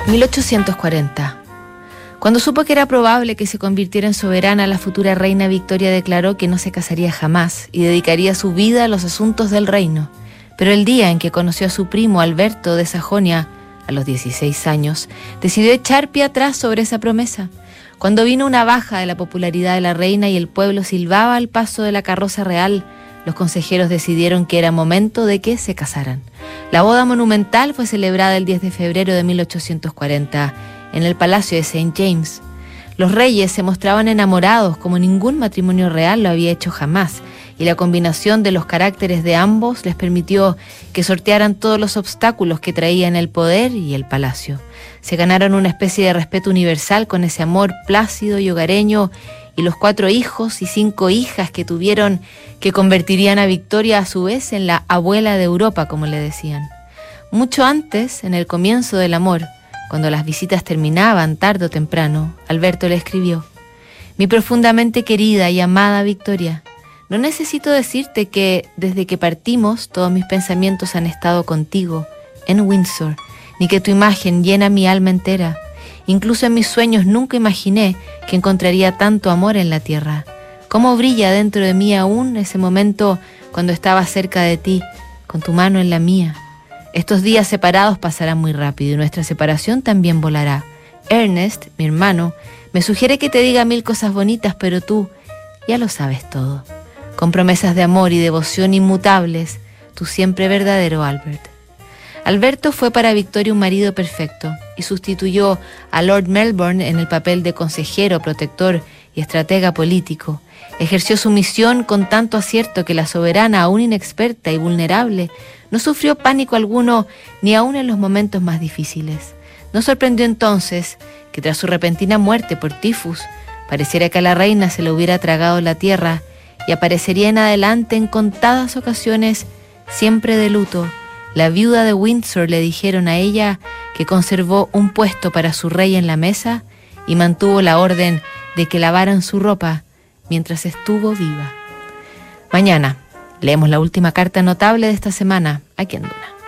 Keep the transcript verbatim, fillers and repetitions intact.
mil ochocientos cuarenta. Cuando supo que era probable que se convirtiera en soberana, la futura reina Victoria declaró que no se casaría jamás y dedicaría su vida a los asuntos del reino. Pero el día en que conoció a su primo Alberto de Sajonia, a los dieciséis años, decidió echar pie atrás sobre esa promesa. Cuando vino una baja de la popularidad de la reina y el pueblo silbaba al paso de la carroza real, los consejeros decidieron que era momento de que se casaran. La boda monumental fue celebrada el diez de febrero de mil ochocientos cuarenta en el Palacio de Saint James. Los reyes se mostraban enamorados como ningún matrimonio real lo había hecho jamás, y la combinación de los caracteres de ambos les permitió que sortearan todos los obstáculos que traían el poder y el palacio. Se ganaron una especie de respeto universal con ese amor plácido y hogareño, y los cuatro hijos y cinco hijas que tuvieron, que convertirían a Victoria a su vez en la abuela de Europa, como le decían. Mucho antes, en el comienzo del amor, cuando las visitas terminaban tarde o temprano, Alberto le escribió: «Mi profundamente querida y amada Victoria, no necesito decirte que desde que partimos todos mis pensamientos han estado contigo, en Windsor, ni que tu imagen llena mi alma entera. Incluso en mis sueños nunca imaginé que encontraría tanto amor en la tierra. Cómo brilla dentro de mí aún ese momento cuando estaba cerca de ti, con tu mano en la mía. Estos días separados pasarán muy rápido y nuestra separación también volará. Ernest, mi hermano, me sugiere que te diga mil cosas bonitas, pero tú ya lo sabes todo. Con promesas de amor y devoción inmutables, tu siempre verdadero Albert». Alberto fue para Victoria un marido perfecto y sustituyó a Lord Melbourne en el papel de consejero, protector y estratega político. Ejerció su misión con tanto acierto que la soberana, aún inexperta y vulnerable, no sufrió pánico alguno ni aún en los momentos más difíciles. No sorprendió entonces que tras su repentina muerte por tifus, pareciera que a la reina se le hubiera tragado la tierra y aparecería en adelante en contadas ocasiones, siempre de luto. La viuda de Windsor le dijeron a ella que conservó un puesto para su rey en la mesa y mantuvo la orden de que lavaran su ropa mientras estuvo viva. Mañana leemos la última carta notable de esta semana aquí en Duna.